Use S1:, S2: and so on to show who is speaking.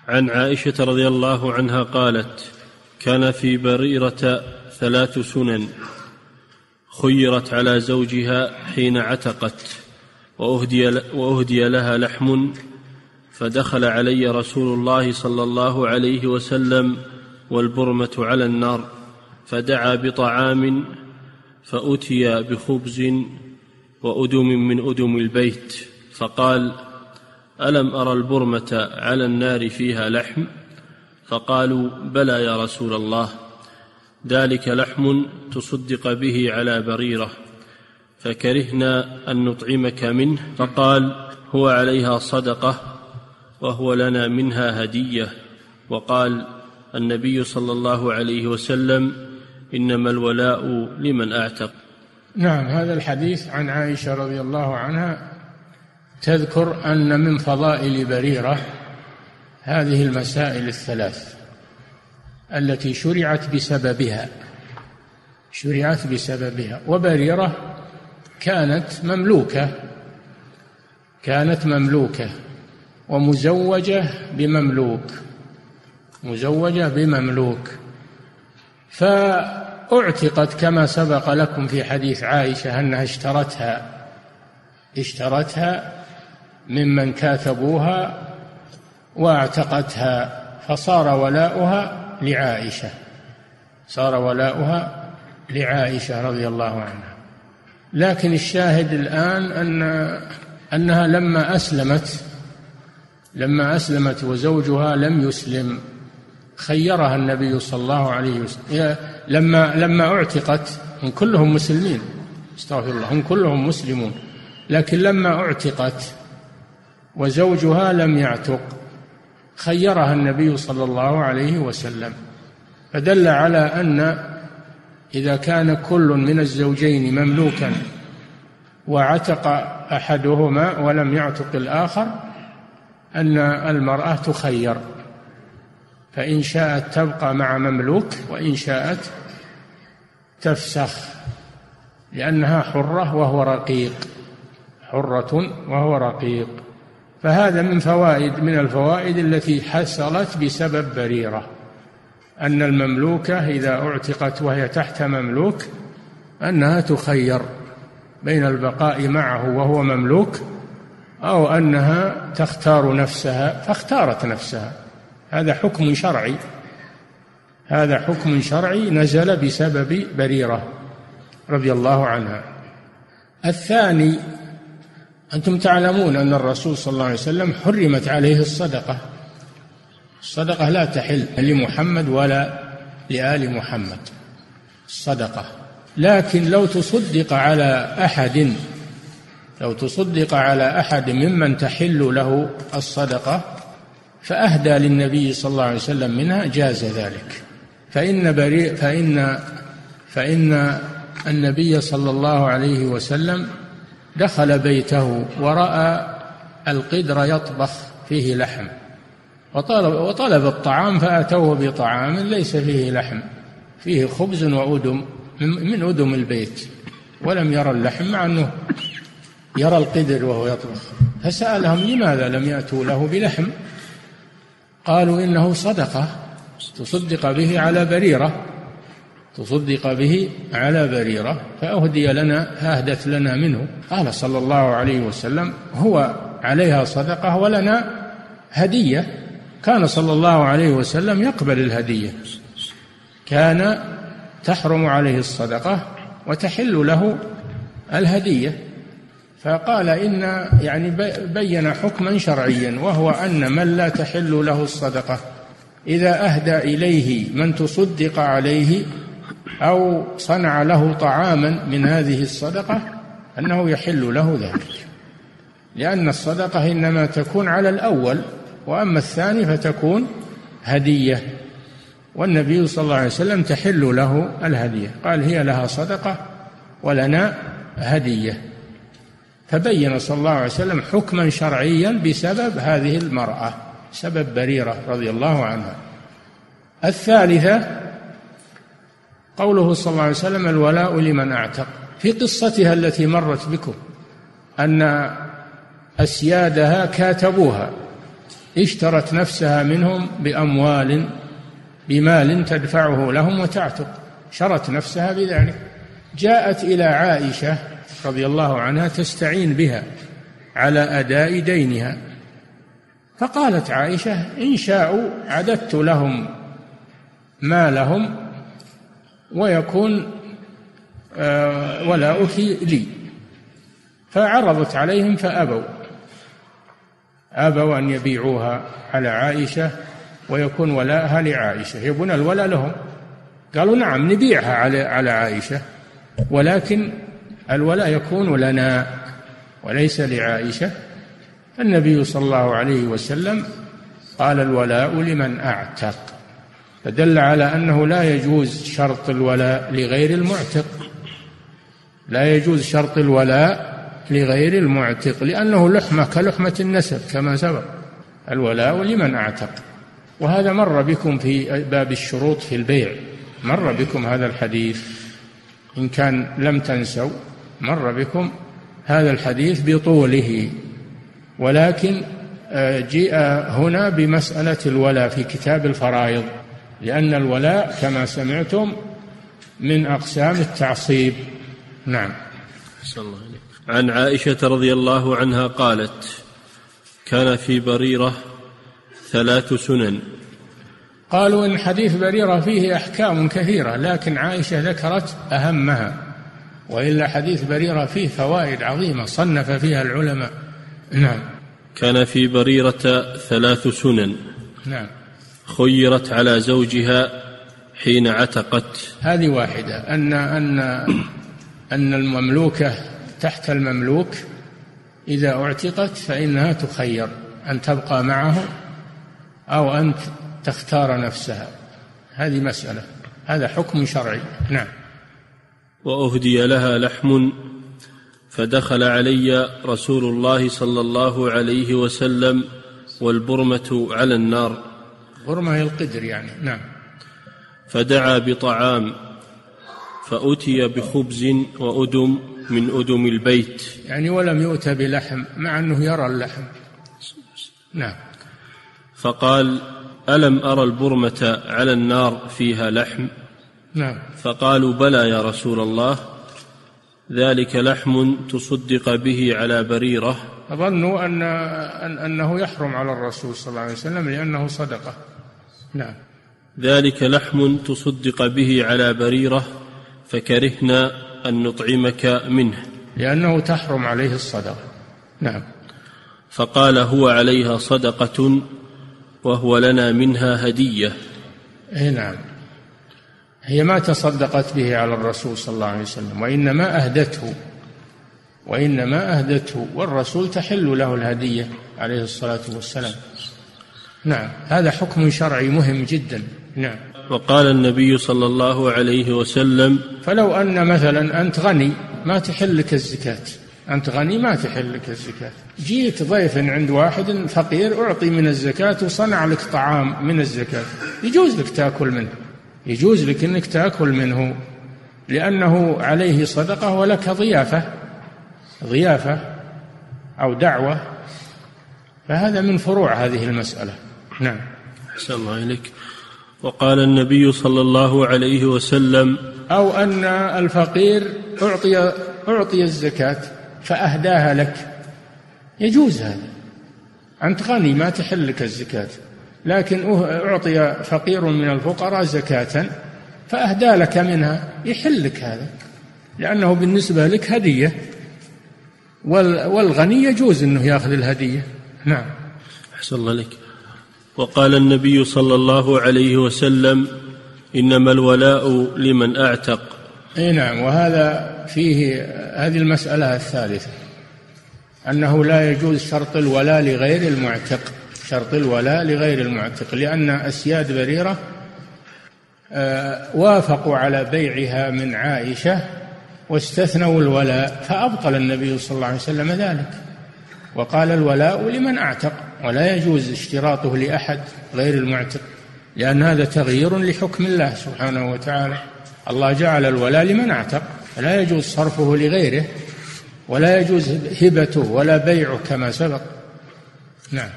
S1: عن عائشة رضي الله عنها قالت: كان في بريرة 3 سنن: خيرت على زوجها حين عتقت، وأهدي لها لحم، فدخل علي رسول الله صلى الله عليه وسلم والبرمة على النار، فدعا بطعام، فأتي بخبز وأدم من أدم البيت، فقال: ألم أرى البرمة على النار فيها لحم؟ فقالوا: بلى يا رسول الله، ذلك لحم تصدق به على بريرة، فكرهنا أن نطعمك منه. فقال: هو عليها صدقة وهو لنا منها هدية. وقال النبي صلى الله عليه وسلم: إنما الولاء لمن أعتق.
S2: نعم، هذا الحديث عن عائشة رضي الله عنها تذكر أن من فضائل بريرة هذه المسائل الثلاث التي شرعت بسببها. وبريرة كانت مملوكة ومزوجة بمملوك، فأعتقت كما سبق لكم في حديث عائشة أنها اشترتها ممن كاتبوها واعتقتها، فصار ولاؤها لعائشة رضي الله عنها. لكن الشاهد الآن أنها لما أسلمت وزوجها لم يسلم، خيرها النبي صلى الله عليه وسلم. لما اعتقت، هم كلهم مسلمين، استغفر الله، هم كلهم مسلمون، لكن لما اعتقت وزوجها لم يعتق خيرها النبي صلى الله عليه وسلم، فدل على أن إذا كان كل من الزوجين مملوكا وعتق أحدهما ولم يعتق الآخر أن المرأة تخير، فإن شاءت تبقى مع مملوك وإن شاءت تفسخ، لأنها حرة وهو رقيق. فهذا من الفوائد التي حصلت بسبب بريرة، أن المملوكة إذا اعتقت وهي تحت مملوك أنها تخير بين البقاء معه وهو مملوك أو أنها تختار نفسها، فاختارت نفسها. هذا حكم شرعي نزل بسبب بريرة رضي الله عنها. الثاني، أنتم تعلمون أن الرسول صلى الله عليه وسلم حرمت عليه الصدقة لا تحل لمحمد ولا لآل محمد الصدقة، لكن لو تصدق على أحد ممن تحل له الصدقة فأهدى للنبي صلى الله عليه وسلم منها جاز ذلك، فإن النبي صلى الله عليه وسلم دخل بيته ورأى القدر يطبخ فيه لحم، وطلب الطعام، فأتوه بطعام ليس فيه لحم، فيه خبز وأدم من أدم البيت، ولم يرى اللحم مع أنه يرى القدر وهو يطبخ. فسألهم: لماذا لم يأتوا له بلحم؟ قالوا: إنه صدقة تصدق به على بريرة، فأهدت لنا منه. قال صلى الله عليه وسلم: هو عليها صدقة ولنا هدية. كان صلى الله عليه وسلم يقبل الهدية، كان تحرم عليه الصدقة وتحل له الهدية. فقال بين حكما شرعيا، وهو أن من لا تحل له الصدقة إذا أهدى إليه من تصدق عليه أو صنع له طعاما من هذه الصدقة أنه يحل له ذلك، لأن الصدقة إنما تكون على الأول، وأما الثاني فتكون هدية، والنبي صلى الله عليه وسلم تحل له الهدية، قال: هي لها صدقة ولنا هدية. فبين صلى الله عليه وسلم حكما شرعيا بسبب هذه المرأة، سبب بريرة رضي الله عنها. الثالثة قوله صلى الله عليه وسلم: الولاء لمن أعتق. في قصتها التي مرت بكم أن أسيادها كاتبوها اشترت نفسها منهم بمال تدفعه لهم وتعتق، شرت نفسها بذلك. جاءت إلى عائشة رضي الله عنها تستعين بها على أداء دينها، فقالت عائشة: إن شاءوا عددت لهم مالهم ويكون ولاؤك لي. فعرضت عليهم فأبوا أن يبيعوها على عائشة ويكون ولاءها لعائشة، يبون الولاء لهم. قالوا: نعم نبيعها على عائشة، ولكن الولاء يكون لنا وليس لعائشة. النبي صلى الله عليه وسلم قال: الولاء لمن أعتق، فدل على أنه لا يجوز شرط الولاء لغير المعتق، لا يجوز شرط الولاء لغير المعتق، لأنه لحمة كلحمة النسب كما سبق. الولاء لمن أعتق. وهذا مر بكم في باب الشروط في البيع، مر بكم هذا الحديث، إن كان لم تنسوا مر بكم هذا الحديث بطوله، ولكن جيء هنا بمسألة الولاء في كتاب الفرائض، لأن الولاء كما سمعتم من أقسام التعصيب. نعم.
S1: عن عائشة رضي الله عنها قالت: كان في بريرة 3 سنن.
S2: قالوا إن حديث بريرة فيه أحكام كثيرة، لكن عائشة ذكرت أهمها، وإلا حديث بريرة فيه فوائد عظيمة صنف فيها العلماء. نعم.
S1: كان في بريرة 3 سنن.
S2: نعم.
S1: خيرت على زوجها حين عتقت.
S2: هذه واحدة، أن المملوكة تحت المملوك إذا اعتقت فإنها تخير أن تبقى معه أو أن تختار نفسها، هذه مسألة، هذا حكم شرعي. نعم.
S1: وأهدي لها لحم فدخل علي رسول الله صلى الله عليه وسلم والبرمة على النار.
S2: برمة هي القدر يعني. نعم.
S1: فدعا بطعام فأتي بخبز وأدم من أدم البيت،
S2: يعني ولم يؤت بلحم مع أنه يرى اللحم. نعم.
S1: فقال: ألم أرى البرمة على النار فيها لحم؟
S2: نعم.
S1: فقالوا: بلى يا رسول الله، ذلك لحم تصدق به على بريرة.
S2: أظنوا أنه يحرم على الرسول صلى الله عليه وسلم لأنه صدقة. نعم.
S1: ذلك لحم تصدق به على بريرة فكرهنا أن نطعمك منه،
S2: لأنه تحرم عليه الصدقة. نعم.
S1: فقال: هو عليها صدقة وهو لنا منها هدية.
S2: نعم. هي ما تصدقت به على الرسول صلى الله عليه وسلم، وإنما أهدته، والرسول تحل له الهدية عليه الصلاة والسلام. نعم. هذا حكم شرعي مهم جدا. نعم.
S1: وقال النبي صلى الله عليه وسلم:
S2: فلو أن مثلا أنت غني ما تحل لك الزكاة، أنت غني ما تحل لك الزكاة، جيت ضيف عند واحد فقير أعطي من الزكاة وصنع لك طعام من الزكاة، يجوز لك تأكل منه، يجوز لك أنك تأكل منه، لأنه عليه صدقة ولك ضيافة أو دعوة، فهذا من فروع هذه المسألة. نعم.
S1: أحسن الله إليك. وقال النبي صلى الله عليه وسلم:
S2: أو أن الفقير أعطي الزكاة فأهداها لك، يجوز هذا، أنت غني ما تحل لك الزكاة، لكن أعطي فقير من الفقراء زكاة فأهدى لك منها، يحل لك هذا، لأنه بالنسبة لك هدية، والغني يجوز أنه يأخذ الهدية. نعم.
S1: أحسن الله لك. وقال النبي صلى الله عليه وسلم: إنما الولاء لمن أعتق.
S2: نعم. وهذا فيه هذه المسألة الثالثة، أنه لا يجوز شرط الولاء لغير المعتق، شرط الولاء لغير المعتق، لأن أسياد بريرة وافقوا على بيعها من عائشة واستثنوا الولاء، فأبطل النبي صلى الله عليه وسلم ذلك، وقال: الولاء لمن أعتق، ولا يجوز اشتراطه لأحد غير المعتق، لأن هذا تغيير لحكم الله سبحانه وتعالى. الله جعل الولاء لمن أعتق، لا يجوز صرفه لغيره، ولا يجوز هبته ولا بيعه كما سبق. نعم.